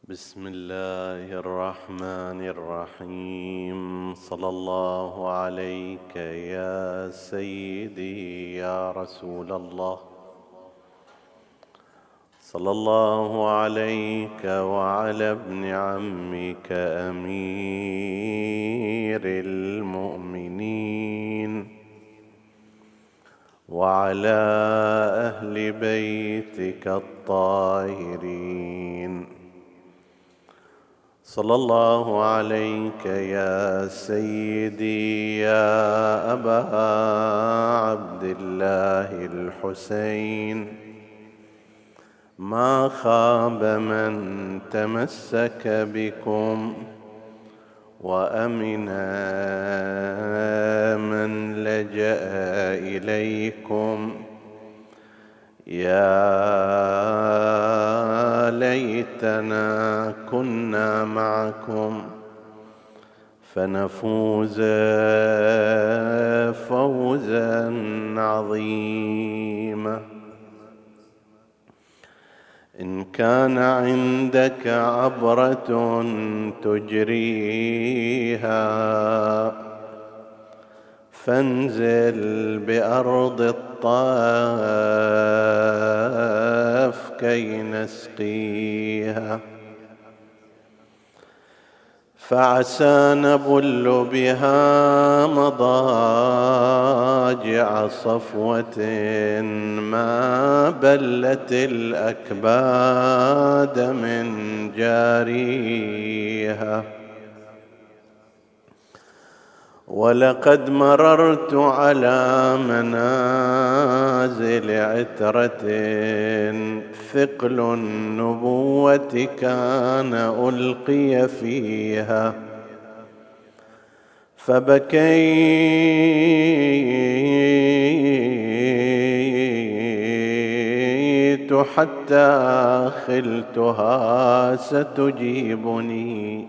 بسم الله الرحمن الرحيم. صلى الله عليك يا سيدي يا رسول الله. صلى الله عليك وعلى ابن عمك أمير المؤمنين وعلى أهل بيتك الطاهرين. صلى الله عليك يا سيدي يا أبا عبد الله الحسين. ما خاب من تمسك بكم وأمن من لجأ إليكم. يا ليتنا كنا معكم فنفوز فوزا عظيما. إن كان عندك عبرة تجريها فانزل بأرض الطائف كي نسقيها، فعسى نبل بها مضاجع صفوة ما بلت الأكباد من جاريها. ولقد مررت على منازل عترة ثقل النبوة كان ألقي فيها، فبكيت حتى خلتها ستجيبني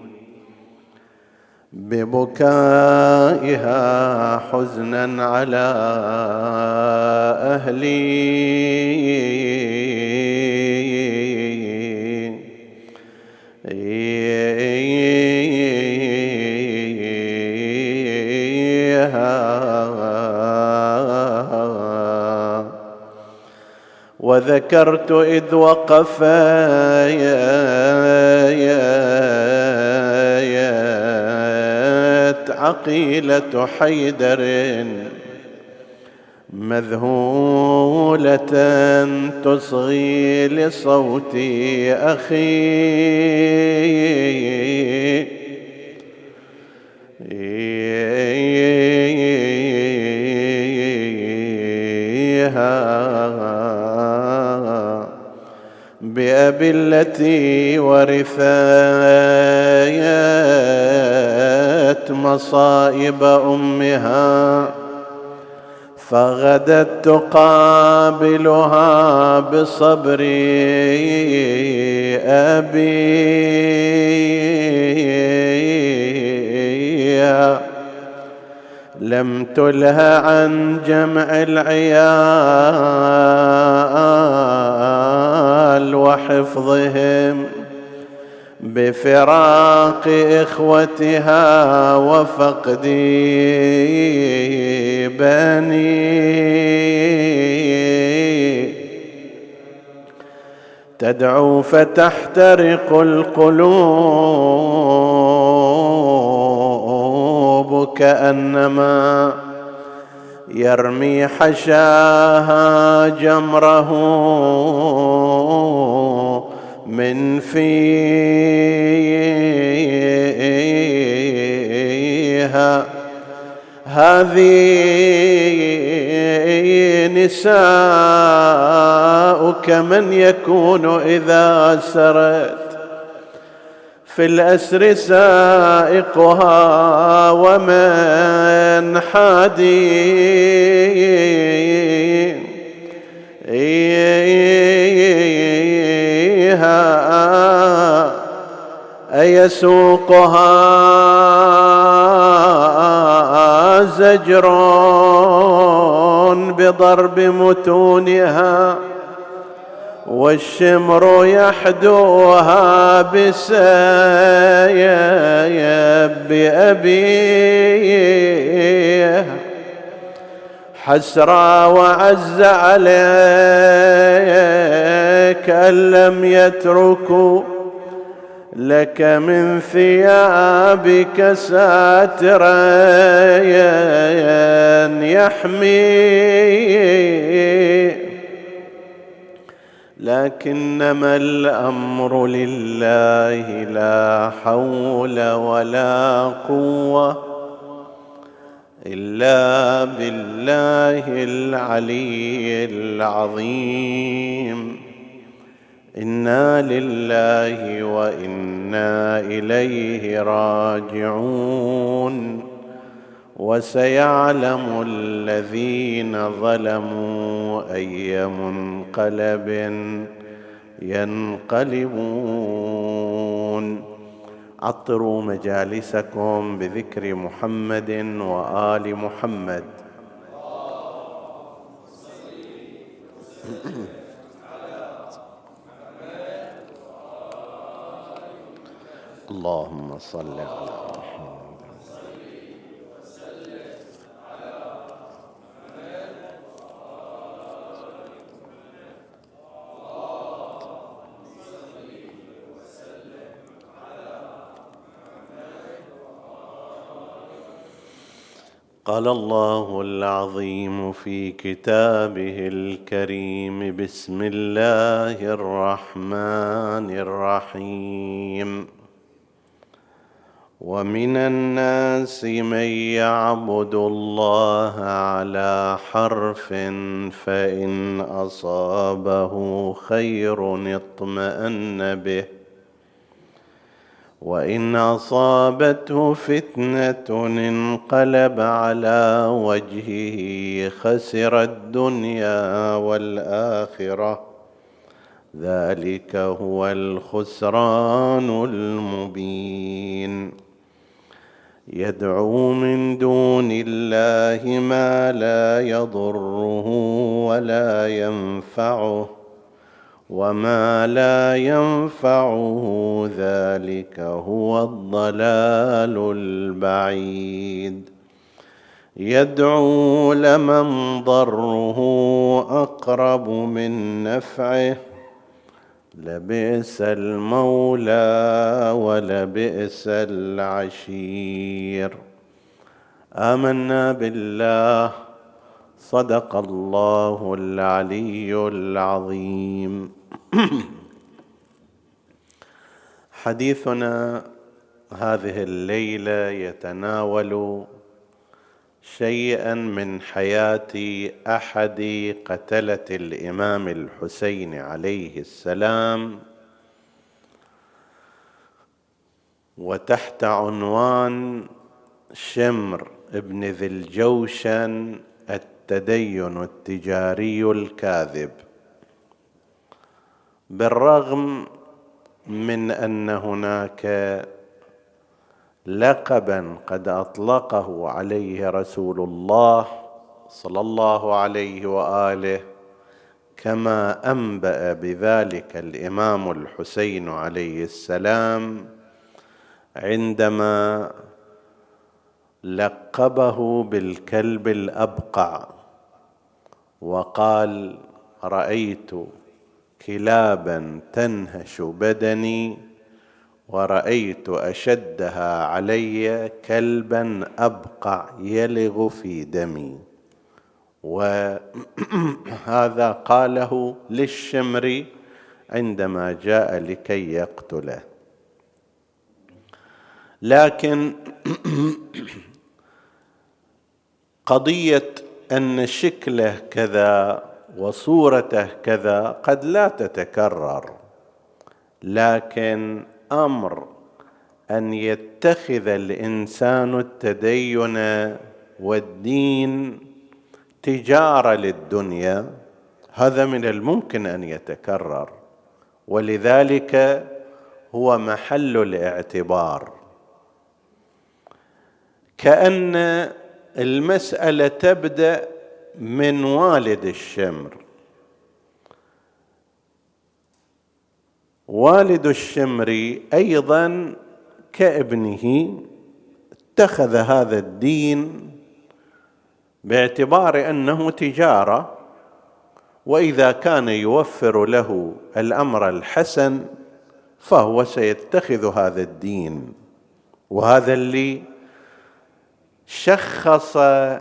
ببكائها حزنا على أهليها. وذكرت إذ وقف عقيلة حيدر مذهولة تصغي لصوت أخيها بأبي التي ورثت مصائب أمها، فغدت تقابلها بصبر أبيها. لم تله عن جمع العيال وحفظهم بفراق إخوتها وفقد بني. تدعو فتحترق القلوب كأنما يرمي حشاها جمره من فيها. هذه نساؤك من يكون إذا سرت في الأسر سائقها ومن حاديها أيسوقها زجر بضرب متونها والشمر يحدوها بسيب أبيه حسرى وعز عليك أن لم يتركوا لك من ثيابك ساترا يحمي لكنما الأمر لله لا حول ولا قوة إلا بالله العلي العظيم إنا لله وإنا إليه راجعون وسيعلم الذين ظلموا أي منقلب ينقلبون. عطروا مجالسكم بذكر محمد وآل محمد. اللهم صل على محمد. قال الله العظيم في كتابه الكريم: بسم الله الرحمن الرحيم. ومن الناس من يعبد الله على حرف فإن أصابه خير اطمأن به وإن أصابته فتنة انقلب على وجهه خسر الدنيا والآخرة ذلك هو الخسران المبين. يدعو من دون الله ما لا يضره ولا ينفعه وما لا ينفعه ذلك هو الضلال البعيد. يدعو لمن ضره أقرب من نفعه لبئس المولى ولبئس العشير. آمنا بالله. صدق الله العلي العظيم. حديثنا هذه الليلة يتناول شيئا من حياة أحد قتلة الإمام الحسين عليه السلام، وتحت عنوان شمر ابن ذي الجوشن التدين التجاري الكاذب. بالرغم من أن هناك لقبا قد أطلقه عليه رسول الله صلى الله عليه وآله كما أنبأ بذلك الإمام الحسين عليه السلام عندما لقبه بالكلب الأبقع وقال: رأيت كلابا تنهش بدني ورأيت أشدها علي كلبا أبقع يلغ في دمي. وهذا قاله للشمر عندما جاء لكي يقتله. لكن قضية أن شكله كذا وصورته كذا قد لا تتكرر، لكن أمر أن يتخذ الإنسان التدين والدين تجارة للدنيا هذا من الممكن أن يتكرر، ولذلك هو محل الاعتبار. كأن المسألة تبدأ من والد الشمر. والد الشمري أيضا كابنه اتخذ هذا الدين باعتبار أنه تجارة، وإذا كان يوفر له الأمر الحسن فهو سيتخذ هذا الدين. وهذا اللي شخص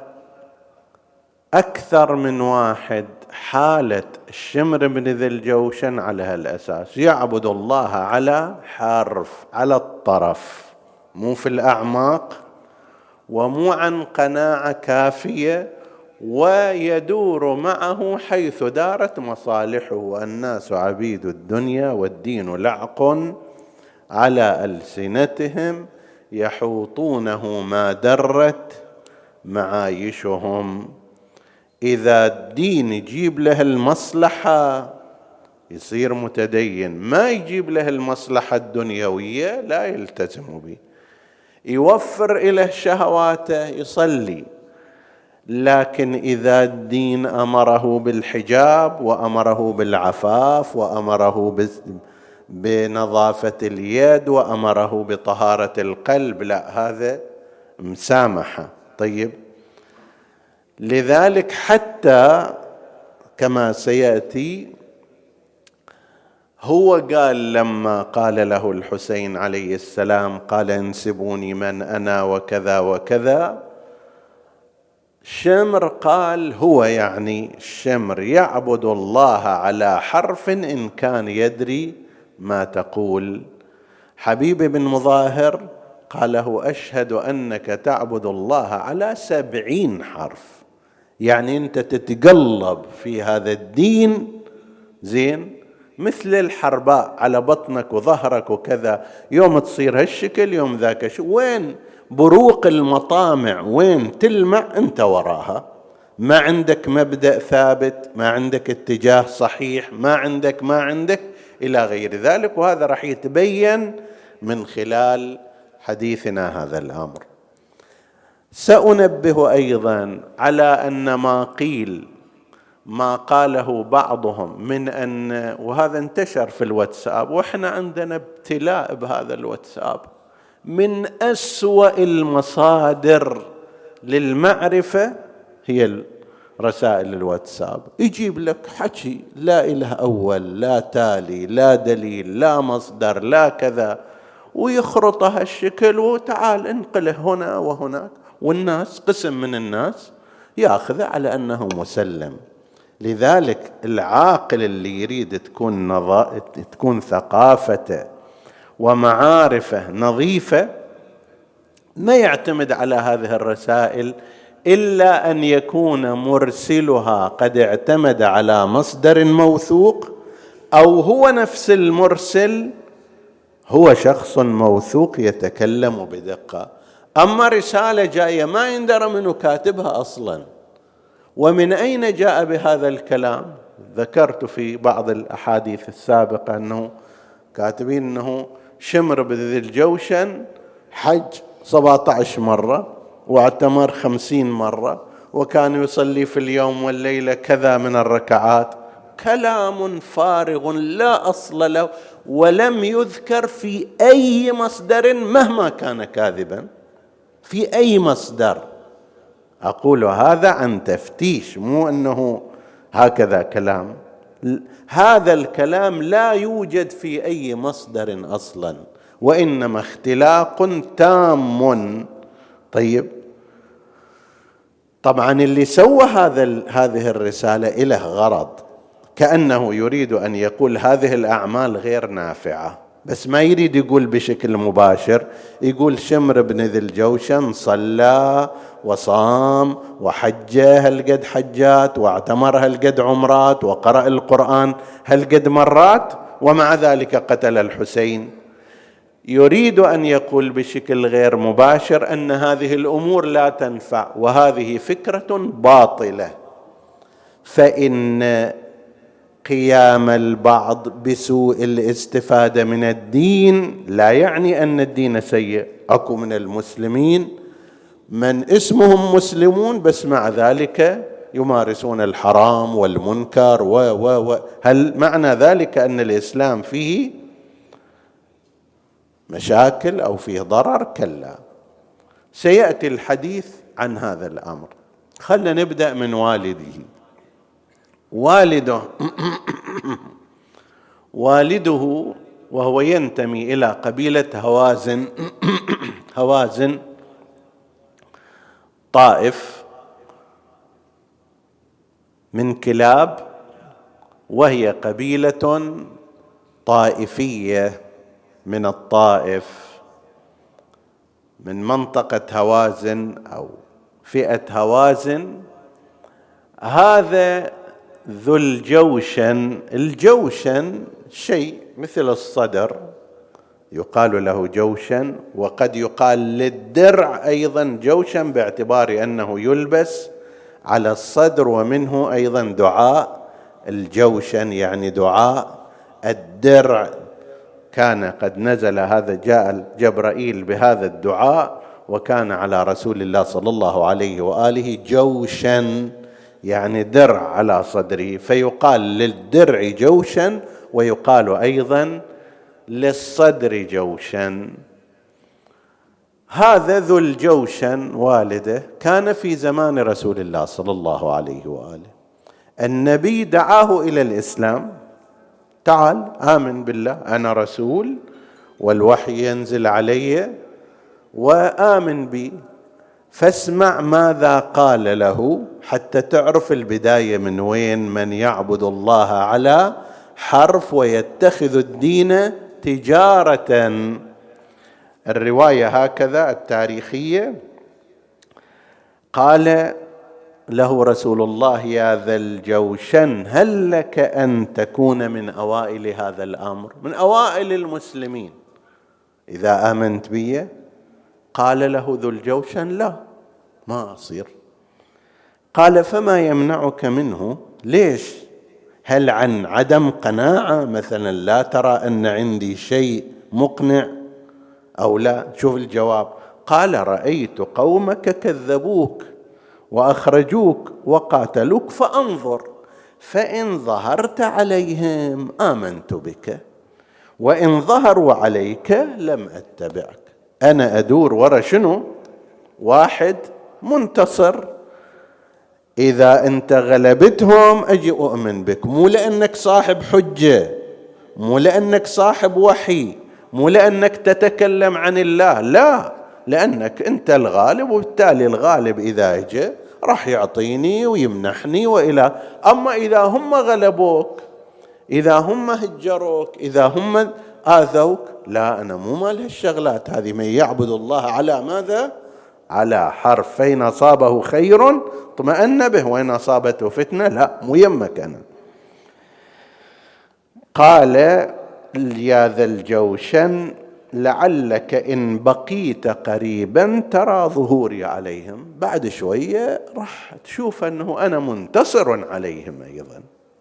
أكثر من واحد حالة الشمر بن ذي الجوشن على هالأساس، يعبد الله على حرف، على الطرف، مو في الأعماق ومو عن قناعة كافية، ويدور معه حيث دارت مصالحه. الناس عبيد الدنيا والدين لعق على ألسنتهم يحوطونه ما درت معايشهم. إذا الدين يجيب له المصلحة يصير متدين، ما يجيب له المصلحة الدنيوية لا يلتزم به. يوفر إليه شهواته يصلي، لكن إذا الدين أمره بالحجاب وأمره بالعفاف وأمره بنظافة اليد وأمره بطهارة القلب، لا، هذا مسامحة. طيب، لذلك حتى كما سيأتي هو قال لما قال له الحسين عليه السلام، قال انسبوني من أنا وكذا وكذا، شمر قال هو يعني الشمر يعبد الله على حرف إن كان يدري ما تقول. حبيب بن مظاهر قال له أشهد أنك تعبد الله على 70 حرف، يعني أنت تتقلب في هذا الدين زين مثل الحرباء على بطنك وظهرك وكذا، يوم تصير هالشكل يوم ذاك وين بروق المطامع وين تلمع أنت وراها، ما عندك مبدأ ثابت، ما عندك اتجاه صحيح، ما عندك إلى غير ذلك. وهذا راح يتبين من خلال حديثنا هذا الأمر. سأنبه أيضا على أن ما قاله بعضهم من أن، وهذا انتشر في الواتساب وإحنا عندنا ابتلاء بهذا الواتساب، من أسوأ المصادر للمعرفة هي رسائل الواتساب. يجيب لك حكي لا إله أول لا تالي لا دليل لا مصدر لا كذا، ويخرطها الشكل وتعال انقله هنا وهناك، والناس قسم من الناس يأخذ على أنه مسلم. لذلك العاقل اللي يريد تكون ثقافته ومعارفه نظيفة ما يعتمد على هذه الرسائل إلا أن يكون مرسلها قد اعتمد على مصدر موثوق، أو هو نفس المرسل هو شخص موثوق يتكلم بدقة. أما رسالة جاية ما يندرى منه كاتبها أصلا ومن أين جاء بهذا الكلام. ذكرت في بعض الأحاديث السابقة أنه كاتبين أنه شمر بن ذي الجوشن حج 17 مرة واعتمر 50 مرة وكان يصلي في اليوم والليلة كذا من الركعات. كلام فارغ لا أصل له، ولم يذكر في أي مصدر مهما كان كاذبا، في أي مصدر. أقول هذا عن تفتيش، مو أنه هكذا كلام، هذا الكلام لا يوجد في أي مصدر أصلا، وإنما اختلاق تام. طيب، طبعا اللي سوى هذه الرسالة إله غرض، كأنه يريد أن يقول هذه الأعمال غير نافعة، بس ما يريد يقول بشكل مباشر. يقول شمر بن ذي الجوشن صلى وصام وحج هالقد حجات واعتمر هالقد عمرات وقرأ القرآن هالقد مرات، ومع ذلك قتل الحسين. يريد أن يقول بشكل غير مباشر أن هذه الأمور لا تنفع، وهذه فكرة باطلة. فإن قيام البعض بسوء الاستفادة من الدين لا يعني أن الدين سيء. أكو من المسلمين من اسمهم مسلمون بس مع ذلك يمارسون الحرام والمنكر هل معنى ذلك أن الإسلام فيه مشاكل أو فيه ضرر، كلا. سيأتي الحديث عن هذا الأمر. خلنا نبدأ من والده. والده وهو ينتمي إلى قبيلة هوازن هوازن طائف من كلاب، وهي قبيلة طائفية من الطائف، من منطقة هوازن أو فئة هوازن. هذا ذو الجوشن. الجوشن شيء مثل الصدر، يقال له جوشن، وقد يقال للدرع أيضا جوشن باعتبار أنه يلبس على الصدر، ومنه أيضا دعاء الجوشن، يعني دعاء الدرع. كان قد نزل هذا، جاء جبرائيل بهذا الدعاء، وكان على رسول الله صلى الله عليه وآله جوشن، يعني درع على صدره، فيقال للدرع جوشن، ويقال أيضا للصدر جوشن. هذا ذو الجوشن والده كان في زمان رسول الله صلى الله عليه وآله. النبي دعاه إلى الإسلام، تعال آمن بالله، أنا رسول والوحي ينزل علي، وآمن بي، فاسمع ماذا قال له حتى تعرف البداية من وين. من يعبد الله على حرف ويتخذ الدين تجارة. الرواية هكذا التاريخية. قال له رسول الله: يا ذا الجوشن، هل لك أن تكون من أوائل هذا الأمر، من أوائل المسلمين إذا آمنت بي؟ قال له ذو الجوشن: لا، ما أصير. قال: فما يمنعك منه؟ ليش؟ هل عن عدم قناعة مثلا، لا ترى أن عندي شيء مقنع أو لا؟ شوف الجواب. قال: رأيت قومك كذبوك وأخرجوك وقاتلوك، فأنظر، فإن ظهرت عليهم آمنت بك، وإن ظهروا عليك لم أتبعك. أنا أدور ورا شنو؟ واحد منتصر. إذا أنت غلبتهم أجي أؤمن بك، مو لأنك صاحب حجة، مو لأنك صاحب وحي، مو لأنك تتكلم عن الله، لا، لأنك أنت الغالب، وبالتالي الغالب إذا أجى راح يعطيني ويمنحني وإلى. أما إذا هم غلبوك، إذا هم هجروك، إذا هم آذوك، لا، أنا مو مال هالشغلات هذه. من يعبد الله على ماذا؟ على حرف، فإن أصابه خير اطمأن به، وإن أصابته فتنة لا، مو يمك أنا. قال: يا ذا الجوشن، لعلك إن بقيت قريبا ترى ظهوري عليهم، بعد شوية راح تشوف أنه أنا منتصر عليهم أيضا.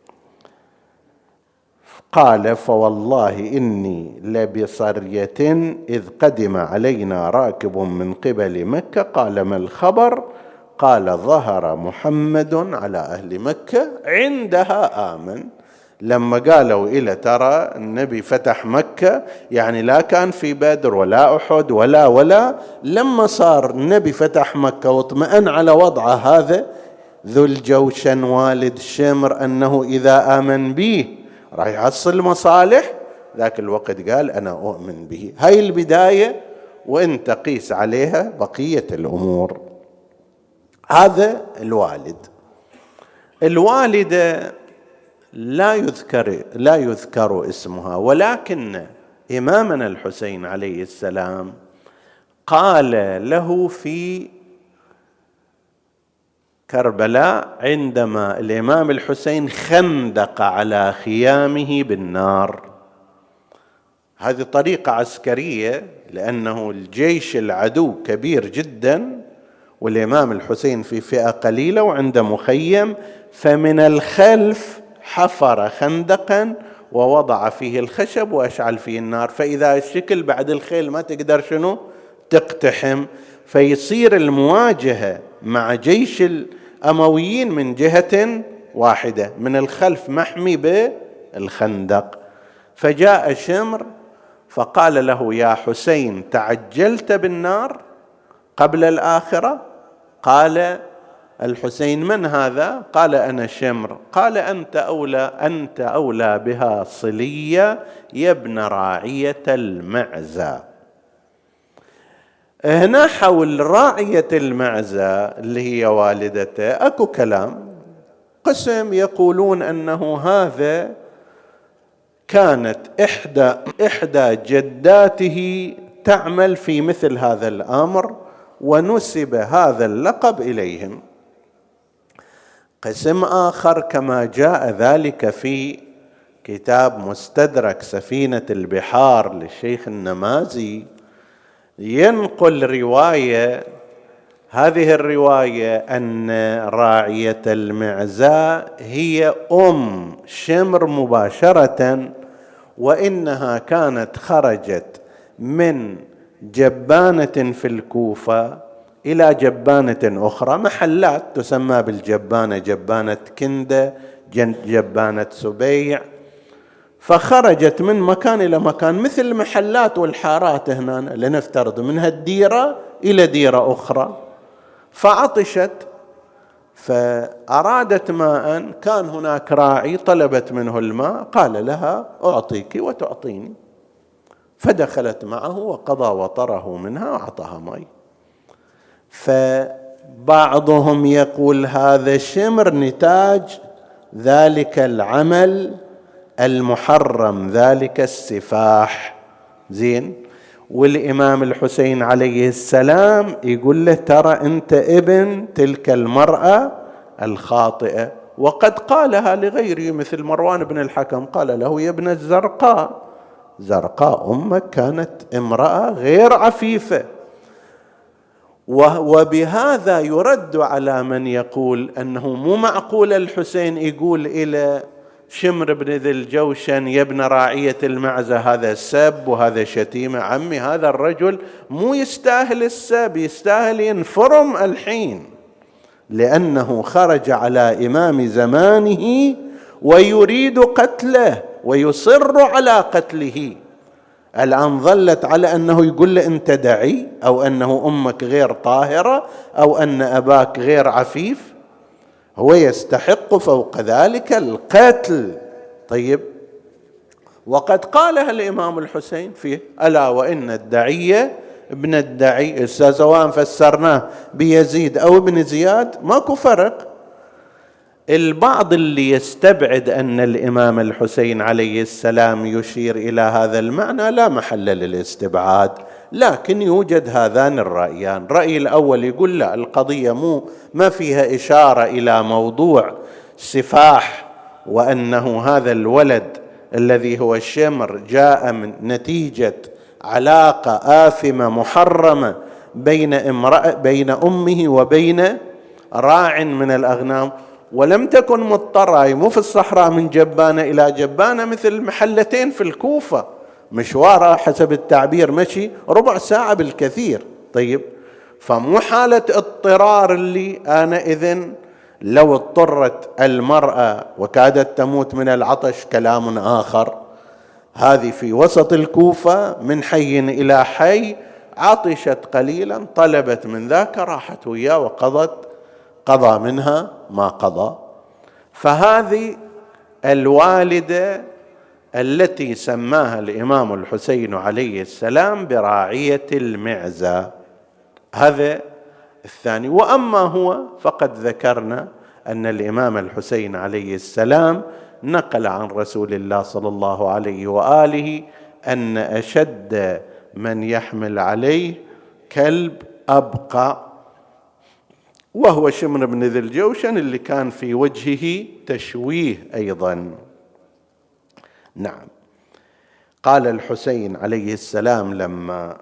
قال: فوالله إني لبصرية إذ قدم علينا راكب من قبل مكة. قال: ما الخبر؟ قال: ظهر محمد على أهل مكة، عندها آمن. لما قالوا إلى ترى النبي فتح مكة، يعني لا كان في بدر ولا أحد ولا لما صار النبي فتح مكة واطمئن على وضعه هذا ذو الجوشن والد شمر أنه إذا آمن به راح يحصل مصالح، ذاك الوقت قال: أنا أؤمن به. هاي البداية، وانت قيس عليها بقية الأمور. هذا الوالد. الوالدة لا يذكر اسمها، ولكن إمامنا الحسين عليه السلام قال له في كربلاء عندما الإمام الحسين خندق على خيامه بالنار. هذه طريقة عسكرية، لأنه الجيش العدو كبير جدا، والإمام الحسين في فئة قليلة وعنده مخيم، فمن الخلف حفر خندقا ووضع فيه الخشب وأشعل فيه النار، فإذا الشكل بعد الخيل ما تقدر شنو تقتحم، فيصير المواجهة مع جيش الأمويين من جهة واحدة، من الخلف محمي بالخندق. فجاء شمر فقال له: يا حسين، تعجلت بالنار قبل الآخرة؟ قال الحسين: من هذا؟ قال: أنا شمر. قال: أنت أولى بها صلية يا ابن راعية المعزى. هنا حول راعية المعزى اللي هي والدته أكو كلام. قسم يقولون أنه هذا كانت إحدى جداته تعمل في مثل هذا الأمر، ونسب هذا اللقب إليهم. قسم آخر كما جاء ذلك في كتاب مستدرك سفينة البحار للشيخ النمازي، ينقل رواية، هذه الرواية أن راعية المعزى هي أم شمر مباشرة، وإنها كانت خرجت من جبانة في الكوفة إلى جبانة أخرى، محلات تسمى بالجبانة، جبانة كندة، جبانة سبيع، فخرجت من مكان إلى مكان مثل المحلات والحارات هنا، لنفترض منها الديرة إلى ديرة أخرى، فعطشت فأرادت ماء، كان هناك راعي طلبت منه الماء، قال لها: أعطيك وتعطيني، فدخلت معه وقضى وطره منها وأعطاها ماء. فبعضهم يقول هذا شمر نتاج ذلك العمل المحرم، ذلك السفاح. زين. والإمام الحسين عليه السلام يقول له: ترى أنت ابن تلك المرأة الخاطئة. وقد قالها لغيره مثل مروان بن الحكم، قال له: يا ابن الزرقاء، زرقاء أمك كانت امرأة غير عفيفة. وبهذا يرد على من يقول أنه مو معقول الحسين يقول إلى شمر بن ذي الجوشن: يا ابن راعية المعزى، هذا سب وهذا شتيمة. عمي، هذا الرجل مو يستاهل السب، يستاهل ينفرم الحين، لأنه خرج على إمام زمانه ويريد قتله ويصر على قتله. الآن ظلت على أنه يقول له: أنت دعي، أو أنه أمك غير طاهرة، أو أن أباك غير عفيف. هو يستحق فوق ذلك القتل. طيب، وقد قالها الإمام الحسين فيه: ألا وإن الدعي ابن الدعي، سواء فسرناه بيزيد أو ابن زياد ماكو فرق. البعض اللي يستبعد أن الإمام الحسين عليه السلام يشير إلى هذا المعنى لا محل للاستبعاد، لكن يوجد هذان الرأيان. الرأي الأول يقول: لا، القضية ما فيها إشارة إلى موضوع سفاح، وأنه هذا الولد الذي هو الشمر جاء من نتيجة علاقة آثمة محرمة بين أمه وبين راع من الأغنام، ولم تكن مضطرة، مو في الصحراء من جبانة إلى جبانة، مثل محلتين في الكوفة، مشوارها حسب التعبير مشي ربع ساعة بالكثير. طيب، فمو حالة اضطرار اللي أنا إذن لو اضطرت المرأة وكادت تموت من العطش كلام آخر. هذه في وسط الكوفة من حي إلى حي، عطشت قليلا، طلبت من ذاك، راحت وياه قضى منها ما قضى. فهذه الوالدة التي سماها الإمام الحسين عليه السلام براعية المعزى، هذا الثاني. وأما هو فقد ذكرنا أن الإمام الحسين عليه السلام نقل عن رسول الله صلى الله عليه وآله أن أشد من يحمل عليه كلب أبقع، وهو شمر بن ذي الجوشن اللي كان في وجهه تشويه أيضا. نعم. قال الحسين عليه السلام لما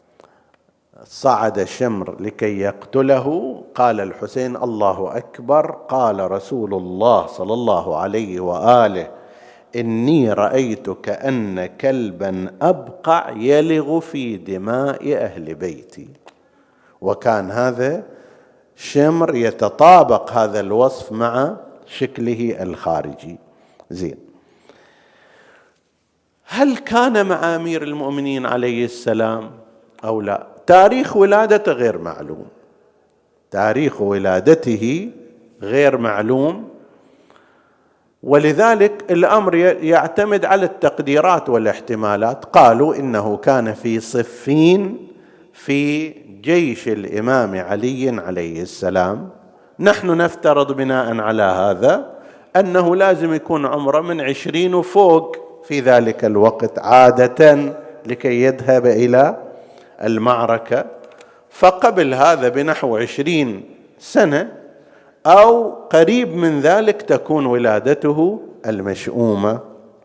صعد شمر لكي يقتله، قال الحسين: الله أكبر. قال رسول الله صلى الله عليه وآله: إني رأيت كأن كلبا أبقع يلغ في دماء أهل بيتي. وكان هذا شمر يتطابق هذا الوصف مع شكله الخارجي. زين. هل كان مع أمير المؤمنين عليه السلام أو لا؟ تاريخ ولادته غير معلوم، تاريخ ولادته غير معلوم، ولذلك الأمر يعتمد على التقديرات والاحتمالات. قالوا إنه كان في صفين في جيش الإمام علي عليه السلام. نحن نفترض بناء على هذا أنه لازم يكون عمره من 20 وفوق في ذلك الوقت عادة لكي يذهب إلى المعركة، فقبل هذا بنحو 20 سنة أو قريب من ذلك تكون ولادته المشؤومة.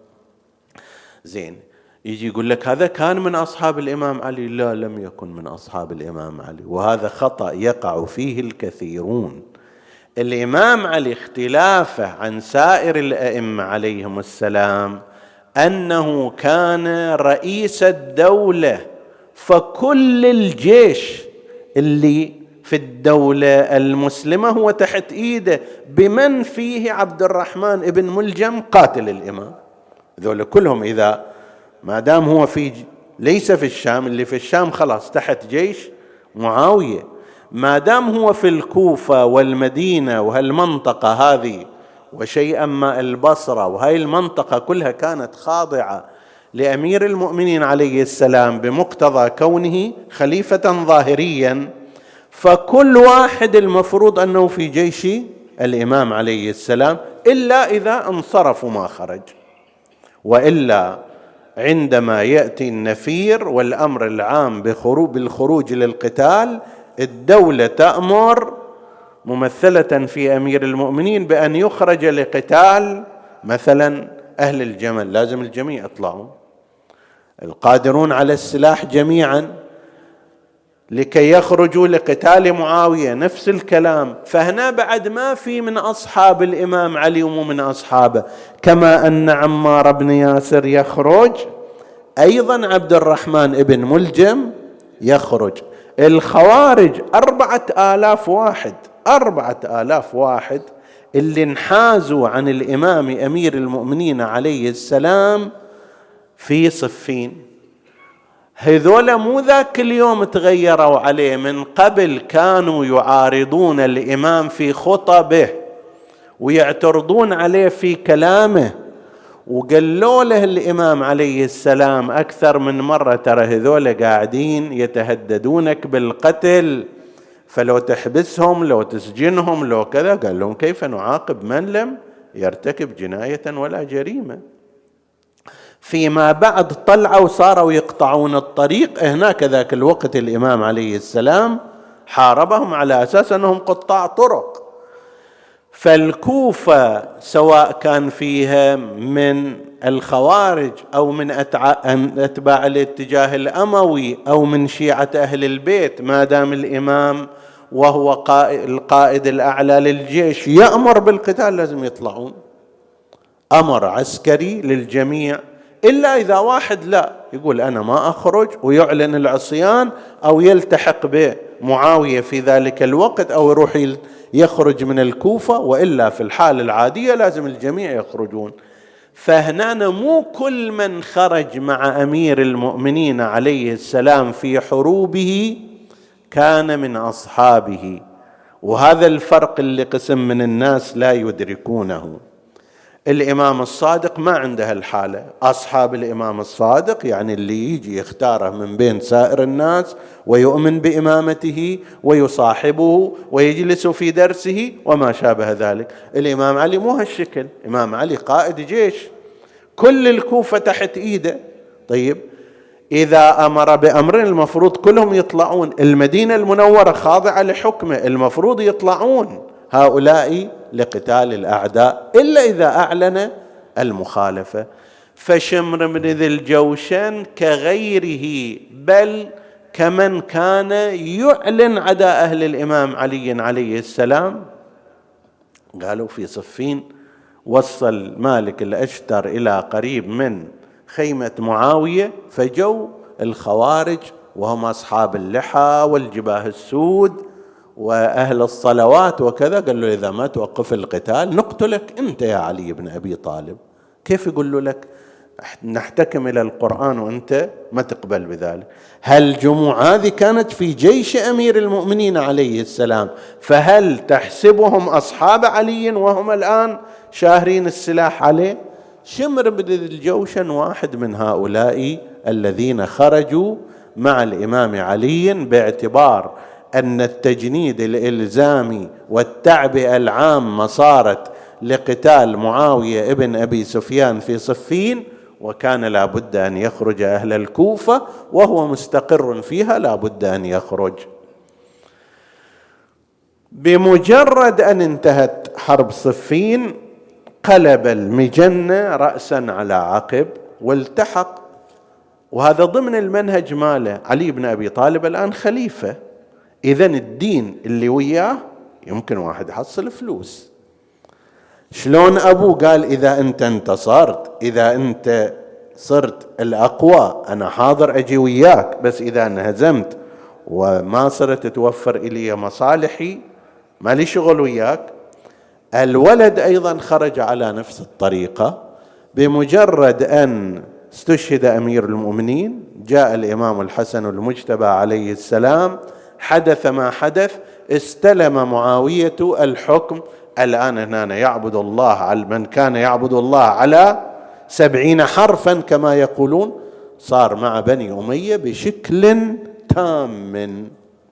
زين، يجي يقول لك هذا كان من أصحاب الإمام علي. لا، لم يكن من أصحاب الإمام علي، وهذا خطأ يقع فيه الكثيرون. الإمام علي اختلافه عن سائر الأئمة عليهم السلام أنه كان رئيس الدولة، فكل الجيش اللي في الدولة المسلمة هو تحت إيده، بمن فيه عبد الرحمن بن ملجم قاتل الإمام. ذول كلهم إذا ما دام هو ليس في الشام، اللي في الشام خلاص تحت جيش معاوية، ما دام هو في الكوفة والمدينة وهالمنطقة هذه وشيئا ما البصرة، وهي المنطقة كلها كانت خاضعة لأمير المؤمنين عليه السلام بمقتضى كونه خليفة ظاهريا، فكل واحد المفروض أنه في جيش الإمام عليه السلام، إلا إذا انصرف وما خرج. وإلا عندما يأتي النفير والأمر العام بالخروج للقتال، الدولة تأمر ممثلة في أمير المؤمنين بأن يخرج لقتال مثلا أهل الجمل، لازم الجميع يطلعون، القادرون على السلاح جميعا لكي يخرجوا لقتال معاوية، نفس الكلام. فهنا بعد ما في من أصحاب الإمام علي ومو من أصحابه، كما أن عمار بن ياسر يخرج، أيضا عبد الرحمن بن ملجم يخرج. الخوارج 4000 واحد اللي انحازوا عن الإمام أمير المؤمنين عليه السلام في صفين. هذول مو ذاك اليوم تغيروا عليه، من قبل كانوا يعارضون الإمام في خطبه ويعترضون عليه في كلامه، وقالوا له الإمام عليه السلام أكثر من مرة ترى هذول قاعدين يتهددونك بالقتل، فلو تحبسهم لو تسجنهم لو كذا. قال لهم كيف نعاقب من لم يرتكب جناية ولا جريمة؟ فيما بعد طلعوا وصاروا يقطعون الطريق. هناك ذاك الوقت الإمام عليه السلام حاربهم على أساس أنهم قطاع طرق. فالكوفة سواء كان فيها من الخوارج أو من أتباع الاتجاه الأموي أو من شيعة أهل البيت، ما دام الإمام وهو القائد الأعلى للجيش يأمر بالقتال لازم يطلعون، أمر عسكري للجميع، إلا إذا واحد لا يقول أنا ما أخرج ويعلن العصيان أو يلتحق بمعاوية في ذلك الوقت أو يروح يخرج من الكوفة، وإلا في الحال العادية لازم الجميع يخرجون. فهنا مو كل من خرج مع أمير المؤمنين عليه السلام في حروبه كان من أصحابه، وهذا الفرق اللي قسم من الناس لا يدركونه. الإمام الصادق ما عنده الحالة. أصحاب الإمام الصادق يعني اللي يجي يختاره من بين سائر الناس ويؤمن بإمامته ويصاحبه ويجلس في درسه وما شابه ذلك. الإمام علي مو هالشكل، الإمام علي قائد جيش، كل الكوفة تحت إيده. طيب إذا أمر بأمر المفروض كلهم يطلعون، المدينة المنورة خاضعة لحكمه، المفروض يطلعون هؤلاء لقتال الأعداء، إلا إذا أعلن المخالفة. فشمر بن ذي الجوشن كغيره، بل كمن كان يعلن عداء أهل الإمام علي عليه السلام. قالوا في صفين وصل مالك الأشتر إلى قريب من خيمة معاوية، فجوا الخوارج وهم أصحاب اللحى والجباه السود وأهل الصلوات وكذا، قال له إذا ما توقف القتال نقتلك أنت يا علي بن أبي طالب. كيف يقول له لك نحتكم إلى القرآن وأنت ما تقبل بذلك. هالجموع هذه كانت في جيش أمير المؤمنين عليه السلام، فهل تحسبهم أصحاب علي وهم الآن شاهرين السلاح عليه؟ شمر بن ذي الجوشن واحد من هؤلاء الذين خرجوا مع الإمام علي باعتبار أن التجنيد الإلزامي والتعبئة العامة صارت لقتال معاوية ابن أبي سفيان في صفين، وكان لا بد أن يخرج أهل الكوفة وهو مستقر فيها، لا بد أن يخرج. بمجرد أن انتهت حرب صفين قلب المجنة رأسا على عقب والتحق، وهذا ضمن المنهج ماله. علي بن أبي طالب الآن خليفة، إذن الدين اللي وياه يمكن واحد يحصل فلوس. شلون أبوه قال إذا أنت انتصرت، إذا أنت صرت الأقوى أنا حاضر أجي وياك، بس إذا انهزمت وما صرت توفر إلي مصالحي ما لي شغل وياك. الولد أيضا خرج على نفس الطريقة. بمجرد أن استشهد أمير المؤمنين جاء الإمام الحسن المجتبى عليه السلام، حدث ما حدث، استلم معاوية الحكم. الآن هنا يعبد الله على من كان يعبد الله على 70 حرفا كما يقولون، صار مع بني أمية بشكل تام.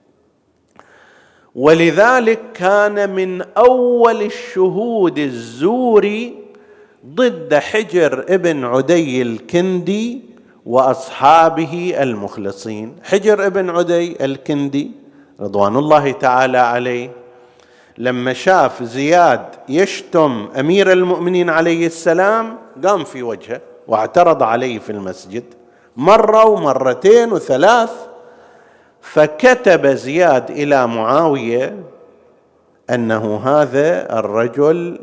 ولذلك كان من أول الشهود الزوري ضد حجر ابن عدي الكندي وأصحابه المخلصين. حجر ابن عدي الكندي رضوان الله تعالى عليه لما شاف زياد يشتم أمير المؤمنين عليه السلام قام في وجهه واعترض عليه في المسجد مرة ومرتين وثلاث، فكتب زياد إلى معاوية أنه هذا الرجل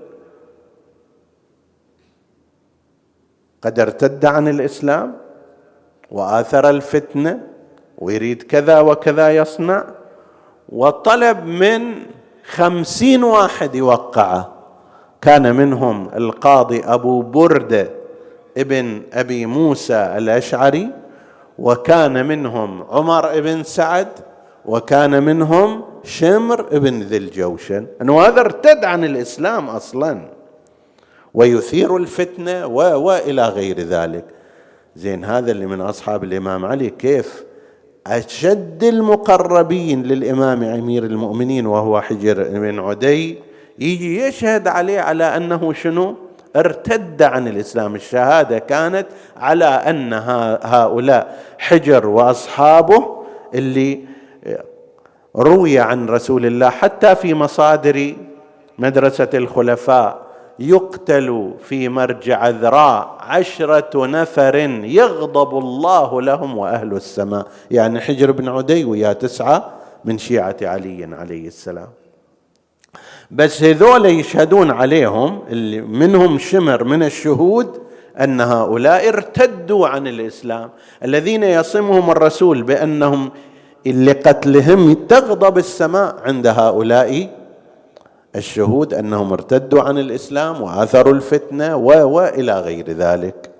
قد ارتد عن الإسلام وآثر الفتنة ويريد كذا وكذا يصنع، وطلب من 50 واحد يوقعه. كان منهم القاضي أبو بردة ابن أبي موسى الأشعري، وكان منهم عمر ابن سعد، وكان منهم شمر ابن ذي الجوشن، أنه هذا ارتد عن الإسلام أصلا ويثير الفتنة وإلى غير ذلك. زين هذا اللي من أصحاب الإمام علي، كيف أشد المقربين للإمام أمير المؤمنين وهو حجر بن عدي يجي يشهد عليه على أنه شنو؟ ارتد عن الإسلام. الشهادة كانت على أن هؤلاء حجر وأصحابه اللي روي عن رسول الله حتى في مصادر مدرسة الخلفاء يقتل في مرجع عذراء 10 نفر يغضب الله لهم وأهل السماء، يعني حجر بن عدي ويا 9 من شيعة علي عليه السلام. بس هذول يشهدون عليهم اللي منهم شمر من الشهود أن هؤلاء ارتدوا عن الإسلام، الذين يصمهم الرسول بأنهم اللي قتلهم تغضب السماء عند هؤلاء الشهود أنهم ارتدوا عن الإسلام وآثروا الفتنة وإلى غير ذلك.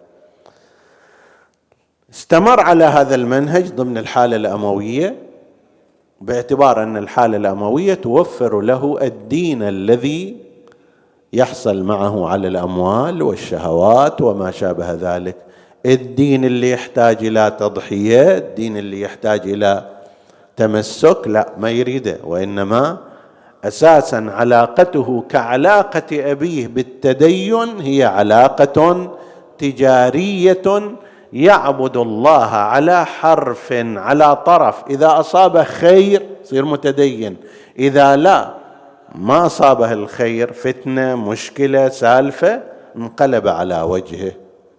استمر على هذا المنهج ضمن الحالة الأموية، باعتبار أن الحالة الأموية توفر له الدين الذي يحصل معه على الأموال والشهوات وما شابه ذلك. الدين اللي يحتاج إلى تضحية، الدين اللي يحتاج إلى تمسك، لا ما يريده، وإنما أساسا علاقته كعلاقة أبيه بالتدين هي علاقة تجارية، يعبد الله على حرف على طرف، إذا أصابه خير يصير متدين، إذا لا ما أصابه الخير فتنة مشكلة سالفة انقلب على وجهه.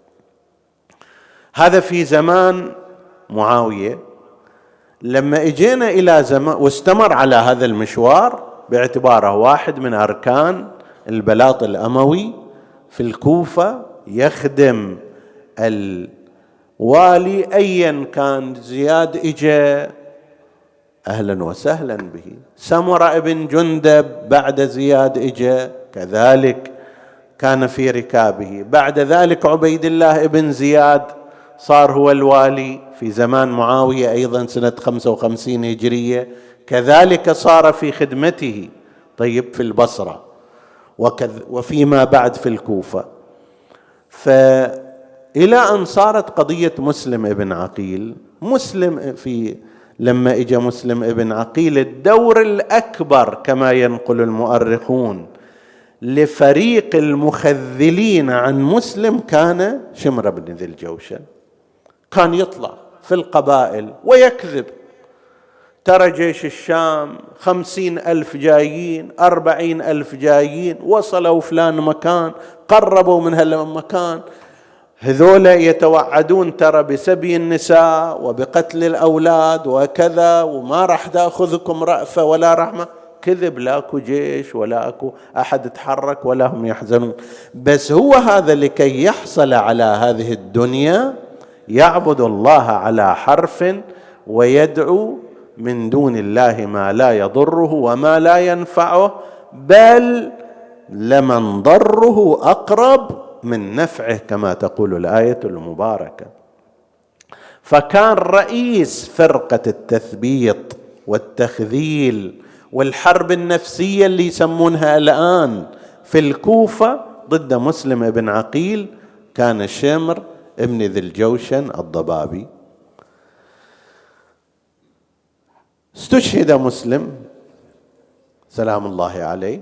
هذا في زمان معاوية. لما اجينا إلى زمان واستمر على هذا المشوار باعتباره واحد من أركان البلاط الأموي في الكوفة، يخدم الوالي أيا كان. زياد إجا أهلا وسهلا به، سمرة ابن جندب بعد زياد إجا كذلك، كان في ركابه. بعد ذلك عبيد الله بن زياد صار هو الوالي في زمان معاوية أيضا سنة 55 هجرية، كذلك صار في خدمته طيب في البصرة وفيما بعد في الكوفة. فإلى أن صارت قضية مسلم بن عقيل، لما إجا مسلم بن عقيل الدور الأكبر كما ينقل المؤرخون لفريق المخذلين عن مسلم كان شمر بن ذي الجوشن. كان يطلع في القبائل ويكذب، ترى جيش الشام 50,000 جايين، 40,000 جايين، وصلوا فلان مكان، قربوا من هالمكان، هذول يتوعدون ترى بسبي النساء وبقتل الأولاد وكذا، وما راح تأخذكم رأفة ولا رحمة. كذب، لا اكو جيش ولا اكو احد تحرك ولا هم يحزنون. بس هو هذا لكي يحصل على هذه الدنيا يعبد الله على حرف ويدعو من دون الله ما لا يضره وما لا ينفعه، بل لمن ضره أقرب من نفعه كما تقول الآية المباركة. فكان رئيس فرقة التثبيط والتخذيل والحرب النفسية اللي يسمونها الآن في الكوفة ضد مسلم بن عقيل كان شمر ابن ذي الجوشن الضبابي. استشهد مسلم سلام الله عليه،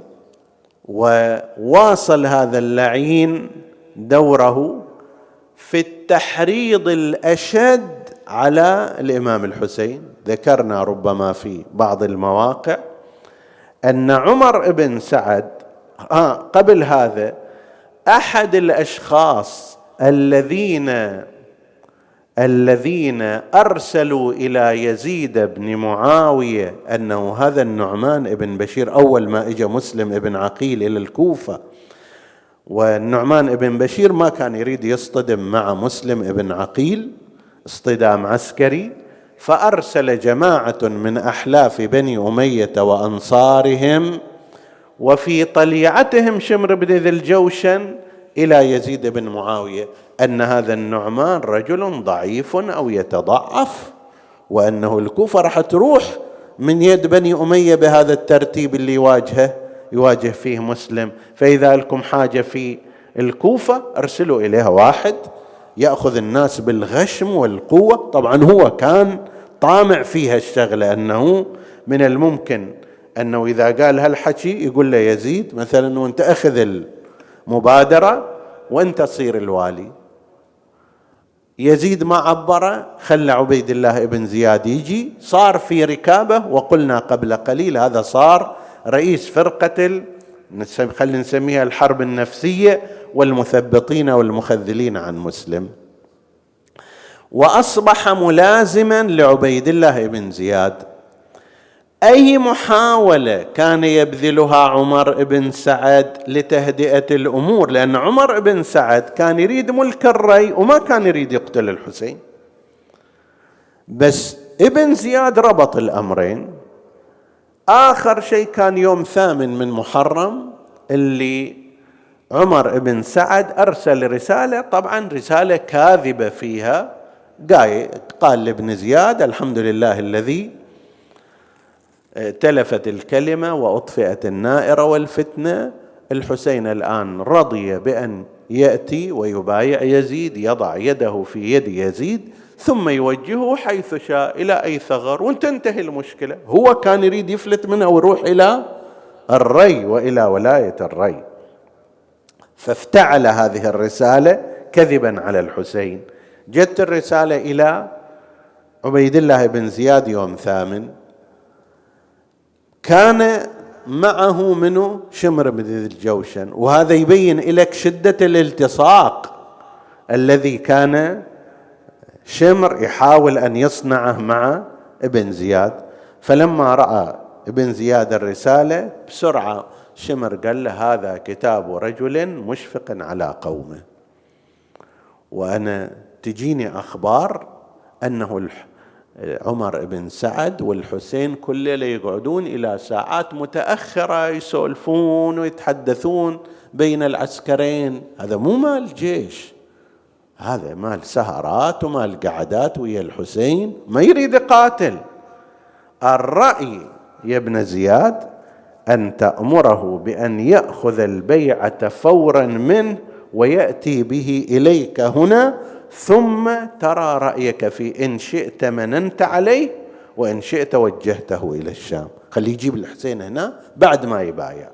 وواصل هذا اللعين دوره في التحريض الأشد على الإمام الحسين. ذكرنا ربما في بعض المواقع أن عمر بن سعد قبل هذا أحد الأشخاص الذين أرسلوا إلى يزيد بن معاوية أنه هذا النعمان بن بشير، أول ما إجا مسلم بن عقيل إلى الكوفة، والنعمان بن بشير ما كان يريد يصطدم مع مسلم بن عقيل اصطدام عسكري، فأرسل جماعة من أحلاف بني أمية وأنصارهم وفي طليعتهم شمر بن ذي الجوشن إلى يزيد بن معاوية أن هذا النعمان رجل ضعيف أو يتضعف، وأنه الكوفة راح تروح من يد بني أمية بهذا الترتيب اللي يواجه فيه مسلم، فإذا لكم حاجة في الكوفة أرسلوا إليها واحد يأخذ الناس بالغشم والقوة. طبعا هو كان طامع فيها الشغلة، أنه من الممكن أنه إذا قال هالحكي يقول له يزيد مثلا وانت أخذ المبادرة وانت تصير الوالي. يزيد ما عبره، خلى عبيد الله بن زياد يجي، صار في ركابه، وقلنا قبل قليل هذا صار رئيس فرقة خلينا نسميها الحرب النفسية والمثبطين والمخذلين عن مسلم، وأصبح ملازما لعبيد الله بن زياد. أي محاولة كان يبذلها عمر بن سعد لتهدئة الأمور، لأن عمر بن سعد كان يريد ملك الري وما كان يريد يقتل الحسين، بس ابن زياد ربط الأمرين. آخر شيء كان يوم 8 من محرم اللي عمر بن سعد أرسل رسالة، طبعا رسالة كاذبة فيها، قال لابن زياد الحمد لله الذي تلفت الكلمة وأطفئت النائرة والفتنة، الحسين الآن رضي بأن يأتي ويبايع يزيد، يضع يده في يد يزيد ثم يوجهه حيث شاء إلى أي ثغر وتنتهي المشكلة. هو كان يريد يفلت منها ويروح إلى الري وإلى ولاية الري، فافتعل هذه الرسالة كذبا على الحسين. جت الرسالة إلى عبيد الله بن زياد يوم 8، كان معه منه شمر بن ذي الجوشن، وهذا يبين لك شدة الالتصاق الذي كان شمر يحاول أن يصنعه مع ابن زياد. فلما رأى ابن زياد الرسالة بسرعة شمر قال له هذا كتاب رجل مشفق على قومه، وأنا تجيني أخبار أنه عمر بن سعد والحسين كل ليلة يقعدون إلى ساعات متأخرة يسولفون ويتحدثون بين العسكرين. هذا مو مال جيش، هذا مال سهرات ومال قعدات ويا الحسين، ما يريد يقاتل. الرأي يا ابن زياد أن تأمره بأن يأخذ البيعة فورا منه ويأتي به إليك هنا، ثم ترى رأيك في إن شئت مننت عليه وإن شئت وجهته إلى الشام. خليه يجيب الحسين هنا بعد ما يبايع،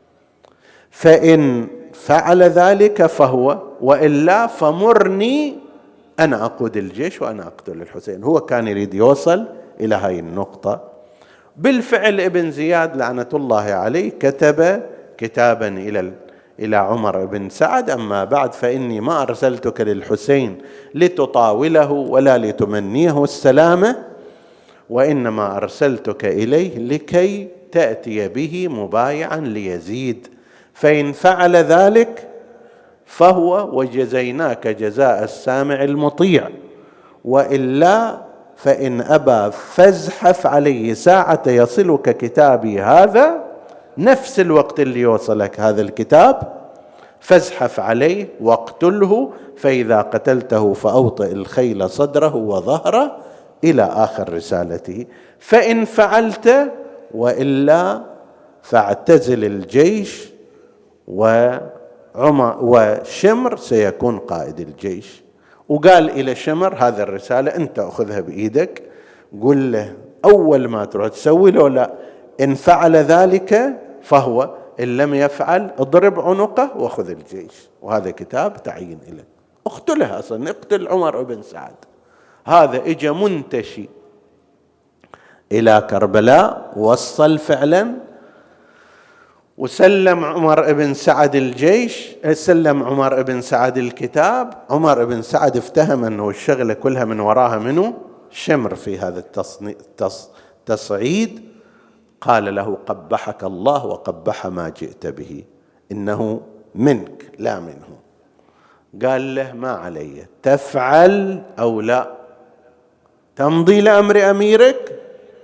فإن فعل ذلك فهو، وإلا فمرني أنا أقود الجيش وأنا أقتل الحسين. هو كان يريد يوصل إلى هاي النقطة. بالفعل ابن زياد لعنة الله عليه كتب كتابا إلى عمر بن سعد: أما بعد فإني ما أرسلتك للحسين لتطاوله ولا لتمنيه السلامة، وإنما أرسلتك إليه لكي تأتي به مبايعا ليزيد، فإن فعل ذلك فهو وجزيناك جزاء السامع المطيع، وإلا فإن أبى فازحف عليه ساعة يصلك كتابي هذا، نفس الوقت اللي يوصلك هذا الكتاب فازحف عليه واقتله، فإذا قتلته فأوطئ الخيل صدره وظهره إلى آخر رسالته، فإن فعلت، وإلا فاعتزل الجيش وشمر سيكون قائد الجيش. وقال إلى شمر: هذا الرسالة أنت أخذها بإيدك، قل له أول ما تروح تسوي له لا، إن فعل ذلك فهو، إن لم يفعل اضرب عنقه وخذ الجيش. وهذا كتاب تعيين له. اقتله أصلا، اقتل عمر بن سعد. هذا إجا منتشي إلى كربلاء، وصل فعلا، وسلم عمر بن سعد الجيش، سلم عمر بن سعد الكتاب. عمر بن سعد افتهم أنه الشغلة كلها من وراها منه شمر في هذا التصعيد. قال له: قبحك الله وقبح ما جئت به، إنه منك لا منه. قال له: ما علي، تفعل أو لا، تمضي لأمر أميرك؟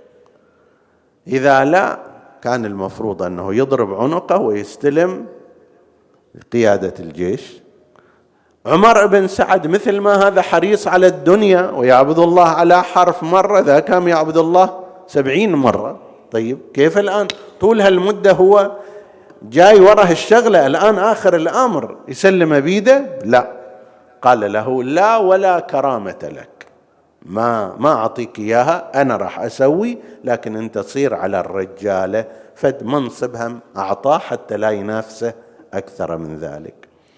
إذا لا، كان المفروض أنه يضرب عنقه ويستلم قيادة الجيش. عمر بن سعد مثل ما هذا حريص على الدنيا ويعبد الله على حرف مرة، ذا كان يعبد الله 70 مرة. طيب كيف الآن طول هالمدة هو جاي وراء الشغلة، الآن آخر الأمر يسلم بيده؟ لا. قال له: لا ولا كرامة لك، ما أعطيك إياها، أنا راح أسوي، لكن أنت تصير على الرجالة. فد منصبهم أعطاه حتى لا ينافسه أكثر من ذلك.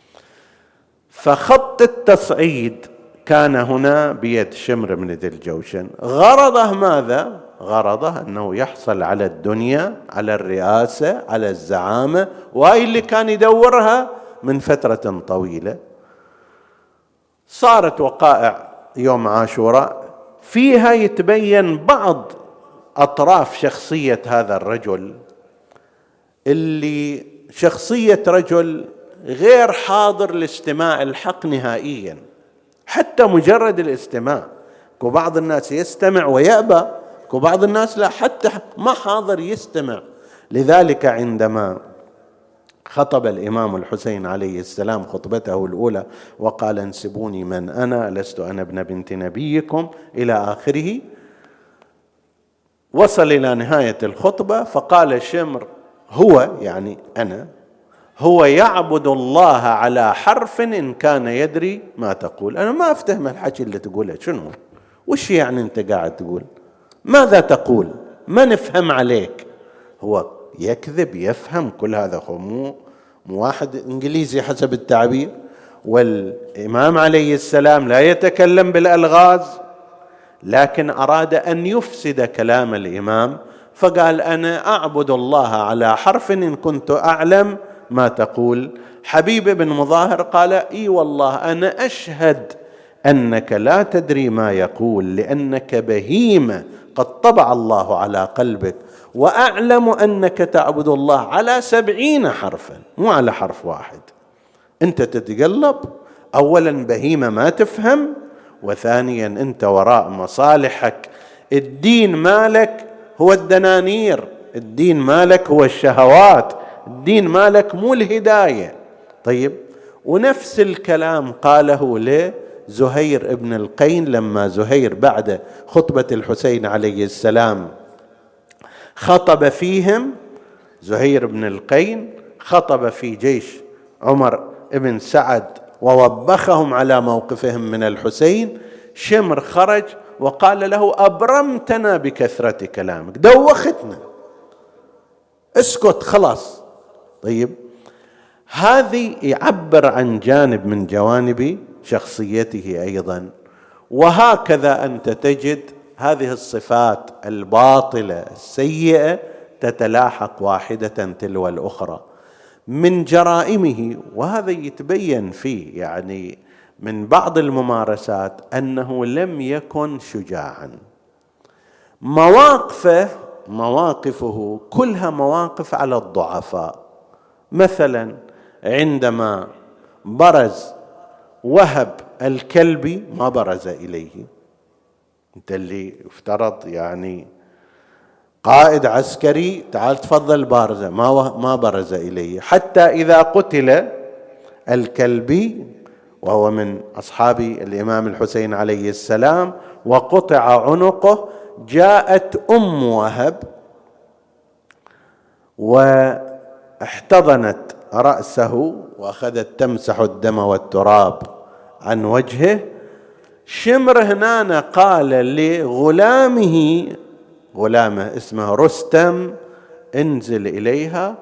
فخط التصعيد كان هنا بيد شمر بن ذي الجوشن. غرضه ماذا؟ غرضه أنه يحصل على الدنيا، على الرئاسة، على الزعامة، وهي اللي كان يدورها من فترة طويلة. صارت وقائع يوم عاشوراء فيها يتبين بعض أطراف شخصية هذا الرجل، اللي شخصية رجل غير حاضر لاستماع الحق نهائيا، حتى مجرد الاستماع. وبعض الناس يستمع ويأبى، وبعض الناس لا، حتى ما حاضر يستمع. لذلك عندما خطب الإمام الحسين عليه السلام خطبته الأولى وقال: انسبوني من أنا، لست أنا ابن بنت نبيكم، إلى آخره، وصل إلى نهاية الخطبة فقال شمر: هو يعني أنا، هو يعبد الله على حرف إن كان يدري ما تقول. أنا ما أفتهم الحكي اللي تقوله، شنو؟ وش يعني أنت قاعد تقول؟ ماذا تقول؟ ما نفهم عليك. هو يكذب، يفهم كل هذا، مو واحد إنجليزي حسب التعبير. والإمام عليه السلام لا يتكلم بالألغاز، لكن أراد أن يفسد كلام الإمام، فقال: أنا أعبد الله على حرف إن كنت أعلم ما تقول. حبيب بن مظاهر قال: إي والله أنا أشهد أنك لا تدري ما يقول، لأنك بهيمة قد طبع الله على قلبك، وأعلم أنك تعبد الله على 70 حرفا، مو على حرف واحد. أنت تتقلب، أولا بهيمة ما تفهم، وثانيا أنت وراء مصالحك الدين مالك هو الدنانير، الدين مالك هو الشهوات، الدين مالك مو الهداية. طيب، ونفس الكلام قاله لزهير ابن القين لما زهير بعد خطبة الحسين عليه السلام خطب فيهم. زهير بن القين خطب في جيش عمر بن سعد ووبخهم على موقفهم من الحسين. شمر خرج وقال له: أبرمتنا بكثرة كلامك، دوختنا، اسكت خلاص. طيب، هذه يعبر عن جانب من جوانب شخصيته أيضا. وهكذا أنت تجد هذه الصفات الباطلة السيئة تتلاحق واحدة تلو الأخرى من جرائمه. وهذا يتبين فيه يعني من بعض الممارسات أنه لم يكن شجاعا. مواقفه كلها مواقف على الضعفاء. مثلا عندما برز وهب الكلبي ما برز إليه. انت اللي افترض يعني قائد عسكري، تعال تفضل بارزة، ما برز إليه. حتى إذا قتل الكلبي وهو من أصحاب الإمام الحسين عليه السلام وقطع عنقه، جاءت أم وهب واحتضنت رأسه وأخذت تمسح الدم والتراب عن وجهه. شمر هنا قال لغلامه، غلامه اسمه رستم: انزل إليها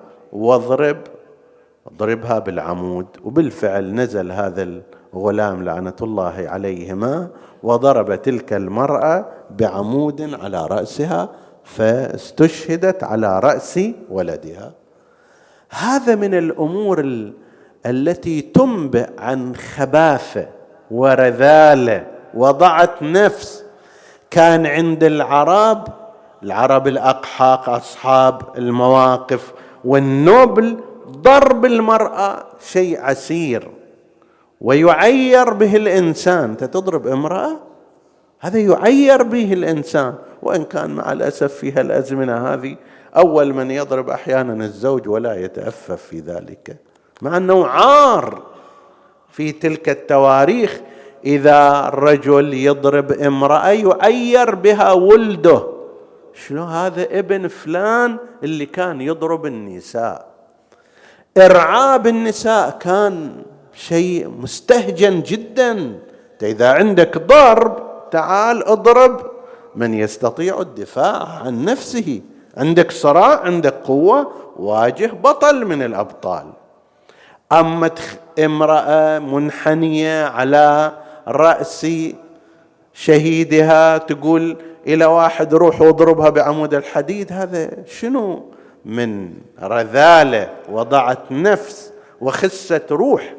واضربها بالعمود. وبالفعل نزل هذا الغلام لعنة الله عليهما وضرب تلك المرأة بعمود على رأسها فاستشهدت على رأس ولدها. هذا من الأمور التي تنبئ عن خباثة ورذالة وضعت نفس. كان عند العرب الأقحاق أصحاب المواقف والنبل ضرب المرأة شيء عسير ويعير به الإنسان. تضرب امرأة، هذا يعير به الإنسان. وإن كان مع الأسف في هالأزمنة هذه أول من يضرب أحيانا الزوج ولا يتأفف في ذلك، مع أنه عار في تلك التواريخ. إذا الرجل يضرب امرأة يعير بها ولده. شنو هذا؟ ابن فلان اللي كان يضرب النساء. إرعاب النساء كان شيء مستهجن جدا. إذا عندك ضرب تعال اضرب من يستطيع الدفاع عن نفسه. عندك صراع، عندك قوة، واجه بطل من الأبطال. أما امرأة منحنية على رأس شهيدها تقول إلى واحد روح واضربها بعمود الحديد، هذا شنو من رذالة وضعت نفس وخسة روح.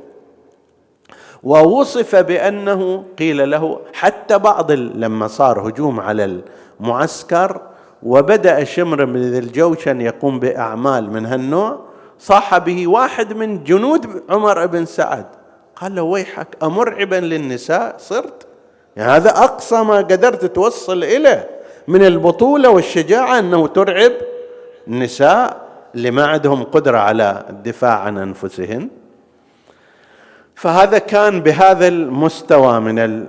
ووصف بأنه قيل له حتى لما صار هجوم على المعسكر وبدأ شمر بن ذي الجوشن يقوم بأعمال من هالنوع، صاح به واحد من جنود عمر بن سعد قال له: ويحك، أمرعبا للنساء صرت؟ يعني هذا أقصى ما قدرت توصل إليه من البطولة والشجاعة، أنه ترعب النساء اللي ما عندهم قدرة على الدفاع عن أنفسهن. فهذا كان بهذا المستوى من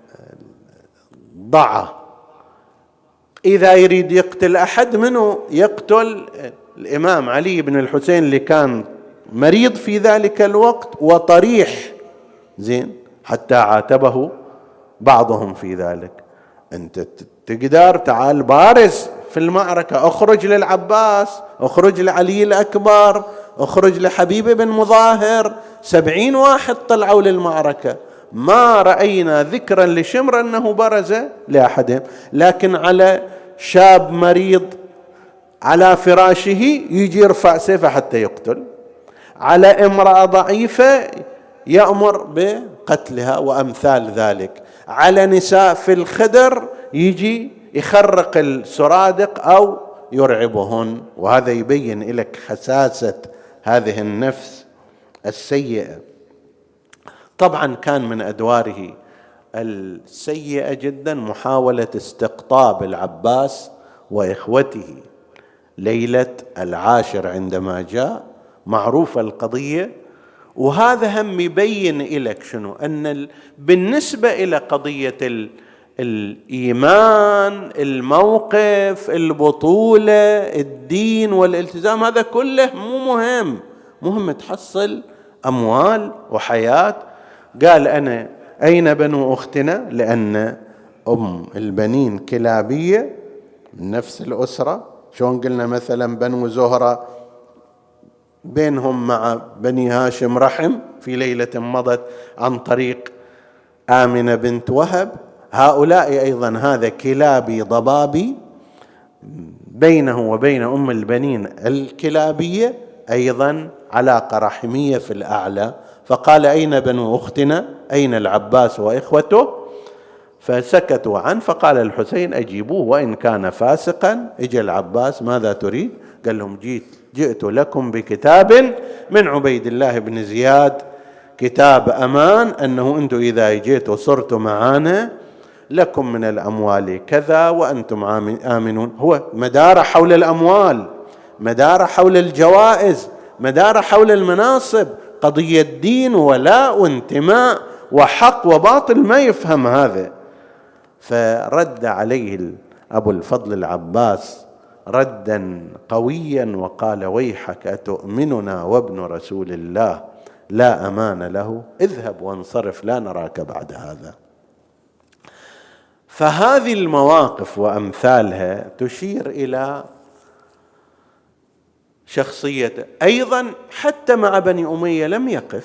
الضعة. إذا يريد يقتل أحد منه يقتل الإمام علي بن الحسين اللي كان مريض في ذلك الوقت وطريح، زين، حتى عاتبه بعضهم في ذلك: أنت تقدر، تعال بارز في المعركة، اخرج للعباس، اخرج لعلي الأكبر، اخرج لحبيب بن مظاهر، 70 واحد طلعوا للمعركة. ما رأينا ذكرا لشمر أنه برز لأحدهم. لكن على شاب مريض على فراشه يجي يرفع سيفه حتى يقتل، على امرأة ضعيفة يأمر بقتلها وأمثال ذلك، على نساء في الخدر يجي يخرق السرادق أو يرعبهن. وهذا يبين لك خساسة هذه النفس السيئة. طبعا كان من أدواره السيئة جدا محاولة استقطاب العباس وإخوته ليلة 10 عندما جاء، معروفة القضية. وهذا هم يبين لك شنو أن بالنسبة إلى قضية الإيمان، الموقف، البطولة، الدين والالتزام، هذا كله مو مهم تحصل أموال وحياة. قال أنا أين بنو أختنا؟ لأن أم البنين كلابية من نفس الأسرة. شلون قلنا مثلا بنو زهرة بينهم مع بني هاشم رحم في ليلة مضت عن طريق آمنة بنت وهب، هؤلاء أيضا هذا كلابي ضبابي بينه وبين أم البنين الكلابية أيضا علاقة رحمية في الأعلى. فقال أين بنو أختنا؟ أين العباس وإخوته؟ فسكتوا عنه. فقال الحسين أجيبوه وإن كان فاسقا. اجى العباس ماذا تريد؟ قال لهم جئت لكم بكتاب من عبيد الله بن زياد، كتاب أمان، أنه أنتم إذا جئتوا صرتوا معانا لكم من الأموال كذا وأنتم آمنون. هو مدار حول الأموال، مدار حول الجوائز، مدار حول المناصب، قضية دين ولاء وانتماء وحق وباطل، ما يفهم هذا. فرد عليه أبو الفضل العباس ردا قويا وقال ويحك أتؤمننا وابن رسول الله لا أمان له، اذهب وانصرف لا نراك بعد هذا. فهذه المواقف وأمثالها تشير إلى شخصيته. أيضا حتى مع بني أمية لم يقف.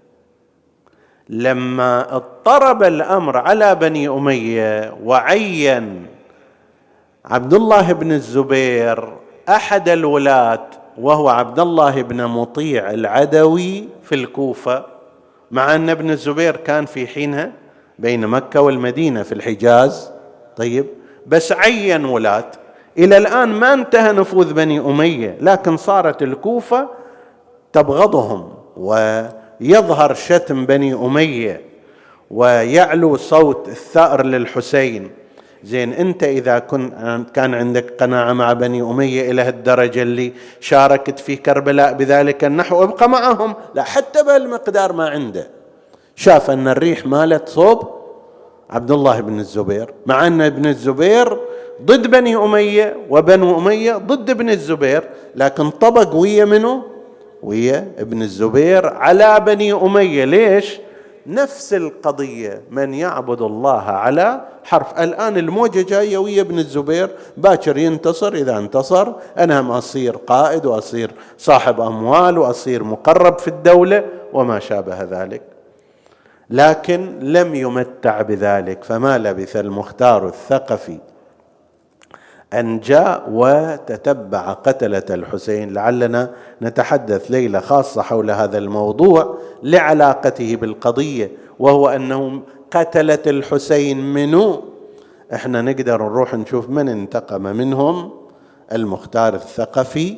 لما اضطرب الأمر على بني أمية وعين عبد الله بن الزبير أحد الولاة وهو عبد الله بن مطيع العدوي في الكوفة، مع أن ابن الزبير كان في حينها بين مكة والمدينة في الحجاز، طيب بس عين ولاة. إلى الآن ما انتهى نفوذ بني أمية، لكن صارت الكوفة تبغضهم ويظهر شتم بني أمية ويعلو صوت الثأر للحسين. زين أنت إذا كان عندك قناعة مع بني أمية إلى هالدرجة اللي شاركت في كربلاء بذلك النحو ابقى معهم، لا حتى بهالمقدار ما عنده. شاف أن الريح مالت صوب عبد الله بن الزبير، مع أن ابن الزبير ضد بني أمية وبنو أمية ضد ابن الزبير، لكن طبق ويا منه؟ ويا ابن الزبير على بني أمية. ليش؟ نفس القضية، من يعبد الله على حرف. الآن الموجة جاية ويا ابن الزبير، باكر ينتصر، إذا انتصر أنا هم أصير قائد وأصير صاحب أموال وأصير مقرب في الدولة وما شابه ذلك. لكن لم يمتع بذلك، فما لبث المختار الثقفي أن جاء وتتبع قتلة الحسين. لعلنا نتحدث ليلة خاصة حول هذا الموضوع لعلاقته بالقضية، وهو أنهم قتلة الحسين منه. احنا نقدر نروح نشوف من انتقم منهم، المختار الثقفي،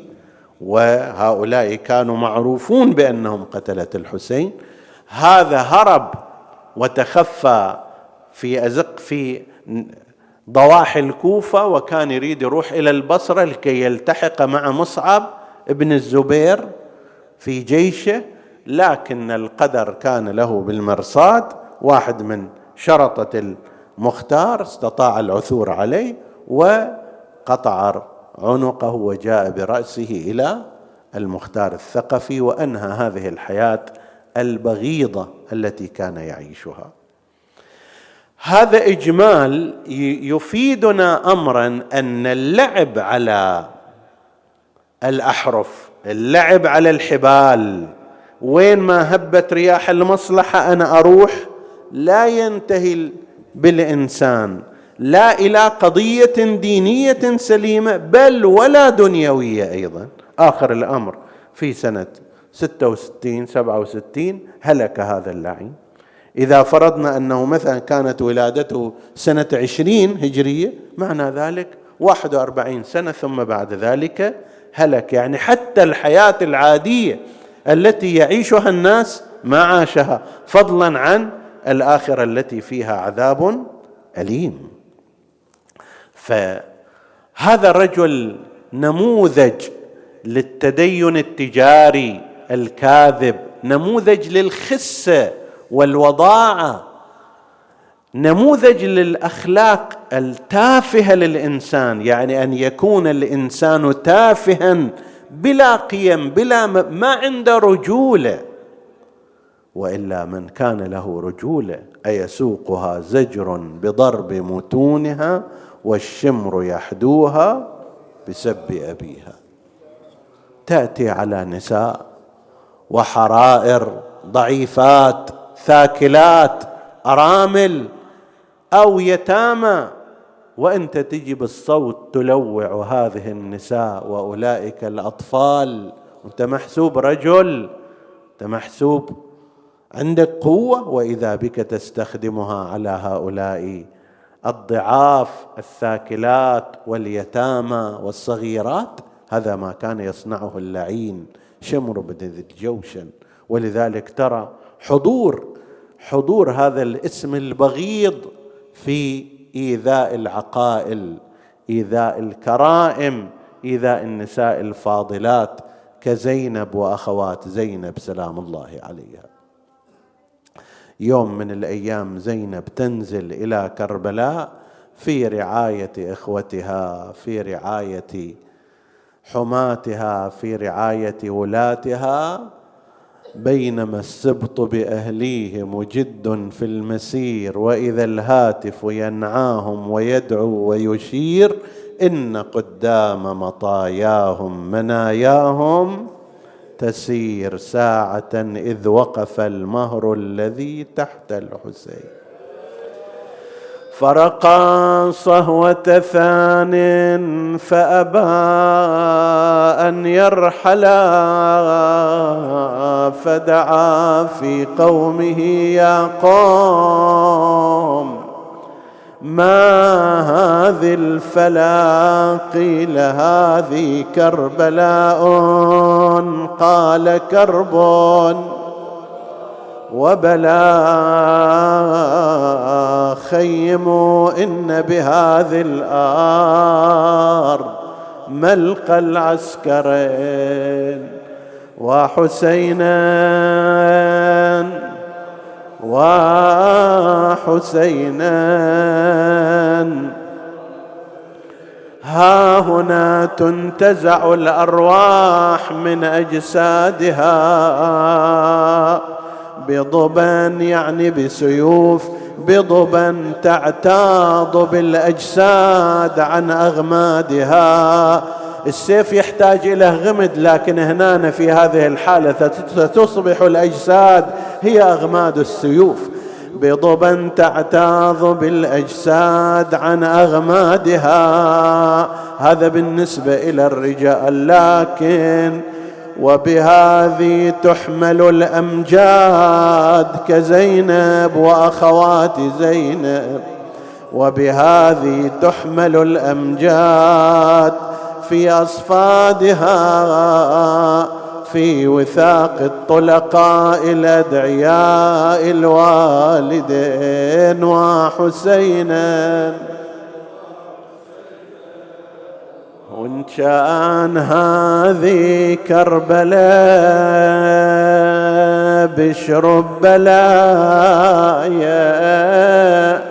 وهؤلاء كانوا معروفون بأنهم قتلة الحسين. هذا هرب وتخفى في أزق في ضواحي الكوفة، وكان يريد يروح إلى البصرة لكي يلتحق مع مصعب ابن الزبير في جيشه، لكن القدر كان له بالمرصاد. واحد من شرطة المختار استطاع العثور عليه وقطع عنقه وجاء برأسه إلى المختار الثقفي، وأنهى هذه الحياة البغيضة التي كان يعيشها. هذا إجمال يفيدنا أمرا، أن اللعب على الأحرف، اللعب على الحبال، وين ما هبت رياح المصلحة أنا أروح، لا ينتهي بالإنسان لا إلى قضية دينية سليمة بل ولا دنيوية أيضا. آخر الأمر في سنة 66 67 هلك هذا اللعين. إذا فرضنا أنه مثلا كانت ولادته سنة 20 هجرية، معنى ذلك 41 سنة ثم بعد ذلك هلك. يعني حتى الحياة العادية التي يعيشها الناس ما عاشها، فضلا عن الآخرة التي فيها عذاب أليم. فهذا الرجل نموذج للتدين التجاري الكاذب، نموذج للخسة والوضاعة، نموذج للأخلاق التافهة للإنسان، يعني أن يكون الإنسان تافها بلا قيم، ما عنده رجولة. وإلا من كان له رجولة أيسوقها زجر بضرب متونها والشمر يحدوها بسب أبيها. تأتي على نساء وحرائر ضعيفات ثاكلات أرامل أو يتامى، وأنت تجي بالصوت تلوع هذه النساء وأولئك الأطفال، وأنت محسوب رجل، أنت محسوب عندك قوة، وإذا بك تستخدمها على هؤلاء الضعاف الثاكلات واليتامى والصغيرات. هذا ما كان يصنعه اللعين شمر بن ذي الجوشن. ولذلك ترى حضور هذا الاسم البغيض في إيذاء العقائل، إيذاء الكرائم، إيذاء النساء الفاضلات كزينب وأخوات زينب سلام الله عليها. يوم من الأيام زينب تنزل إلى كربلاء في رعاية إخوتها، في رعاية حماتها، في رعاية ولاتها، بينما السبط بأهليه مجد في المسير، وإذا الهاتف ينعاهم ويدعو ويشير، إن قدام مطاياهم مناياهم تسير ساعة إذ وقف المهر الذي تحت الحسين. فرقا صهوة ثان فأبى أن يرحلا، فدعا في قومه يا قوم ما هذه الفلا، قيل هذه كربلاء، قال كرب وبلا، خيموا إن بهذه الأرض ملقى العسكرين، وحسينا ها هنا تنتزع الأرواح من أجسادها بضبا، يعني بسيوف، بضبا تعتاض بالأجساد عن أغمادها. السيف يحتاج إلى غمد، لكن هنا في هذه الحالة ستصبح الأجساد هي أغماد السيوف. بضبا تعتاض بالأجساد عن أغمادها، هذا بالنسبة إلى الرجال. لكن وبهذه تحمل الأمجاد كزينب وأخوات زينب، وبهذه تحمل الأمجاد في أصفادها، في وثاق الطلقاء الأدعياء الوالدين وحسينا. وإن كان هذه كربلاء بشرب بلايا،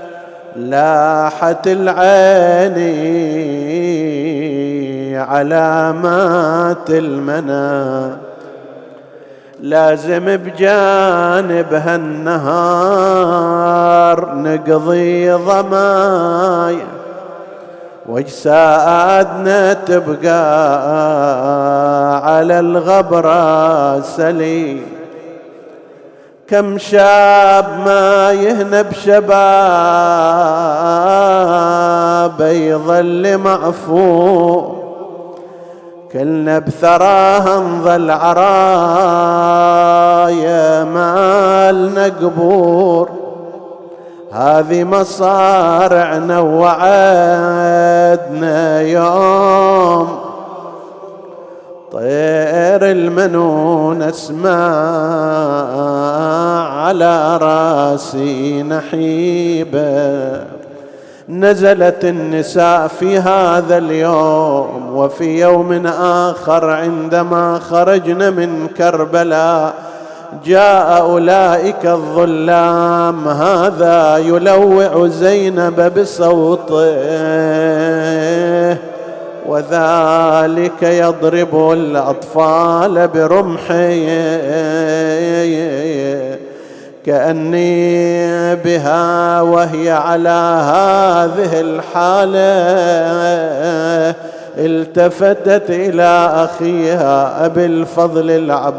لاحت العين علامات المنى، لازم بجانبها النهار نقضي ضمايا، واجسادنا تبقى على الغبرة سلي. كم شاب ما يهنب شباب يظل معفو، كلنا بثراها نظل عرايا مالنا قبور. هذه مصارعنا وعدنا يوم طير المنون اسمع على راسي نحيبة. نزلت النساء في هذا اليوم. وفي يوم آخر عندما خرجن من كربلاء جاء أولئك الظلام، هذا يلوع زينب بصوته وذلك يضرب الأطفال برمحه، كأني بها وهي على هذه الحالة التفتت إلى أخيها أبي الفضل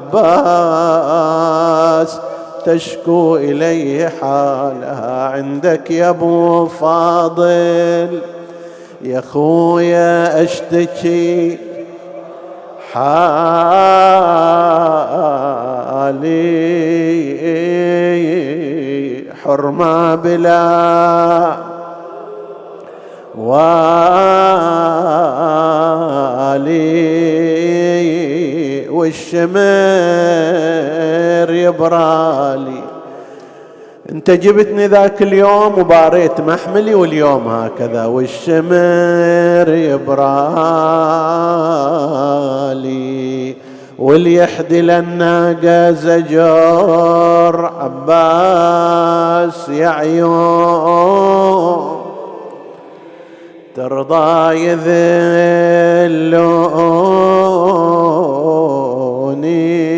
العباس تشكو إليه حالها. عندك يا أبو فاضل يا خويا أشتكي حالي، حرمة بلا والي، والشمر يبرالي. انت جبتني ذاك اليوم وباريت محملي، واليوم هكذا والشمر يبرالي، واليحدي للناقة زجر عباس يا عيون، ترضى يذلوني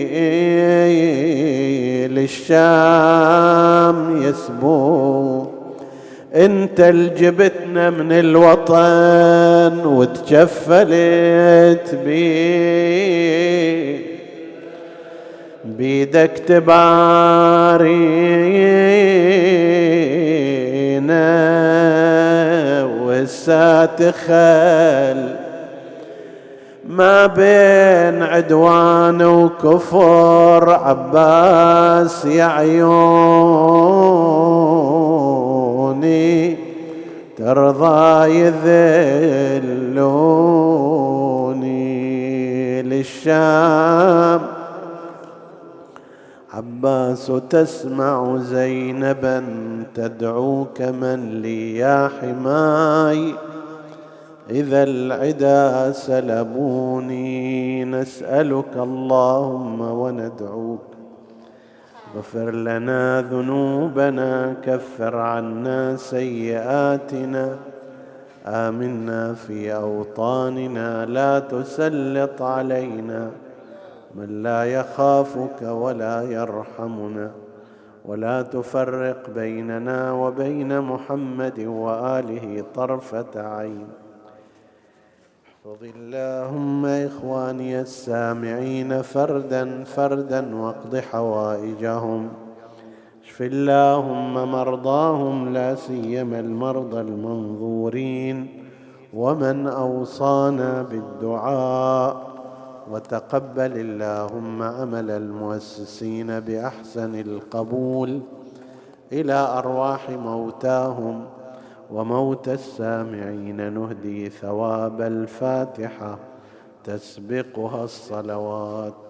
للشام يسبون. انت الجبتنا من الوطن وتكفلت بيدك تبارينا، والساتخل ما بين عدوان وكفر عباس يا عيوني، ترضى يذلوني للشام. عباس تسمع زينبا تدعوك من لي يا حماي، إذا العدا سلبوني. نسألك اللهم وندعوك اغفر لنا ذنوبنا، كفر عنا سيئاتنا، آمنا في أوطاننا، لا تسلط علينا من لا يخافك ولا يرحمنا، ولا تفرق بيننا وبين محمد وآله طرفة عين. احفظ اللهم إخواني السامعين فردا فردا واقض حوائجهم. اشف اللهم مرضاهم، لا سيما المرضى المنظورين ومن أوصانا بالدعاء. وتقبل اللهم عمل المؤسسين بأحسن القبول إلى أرواح موتاهم وموتى السامعين. نهدي ثواب الفاتحة تسبقها الصلوات.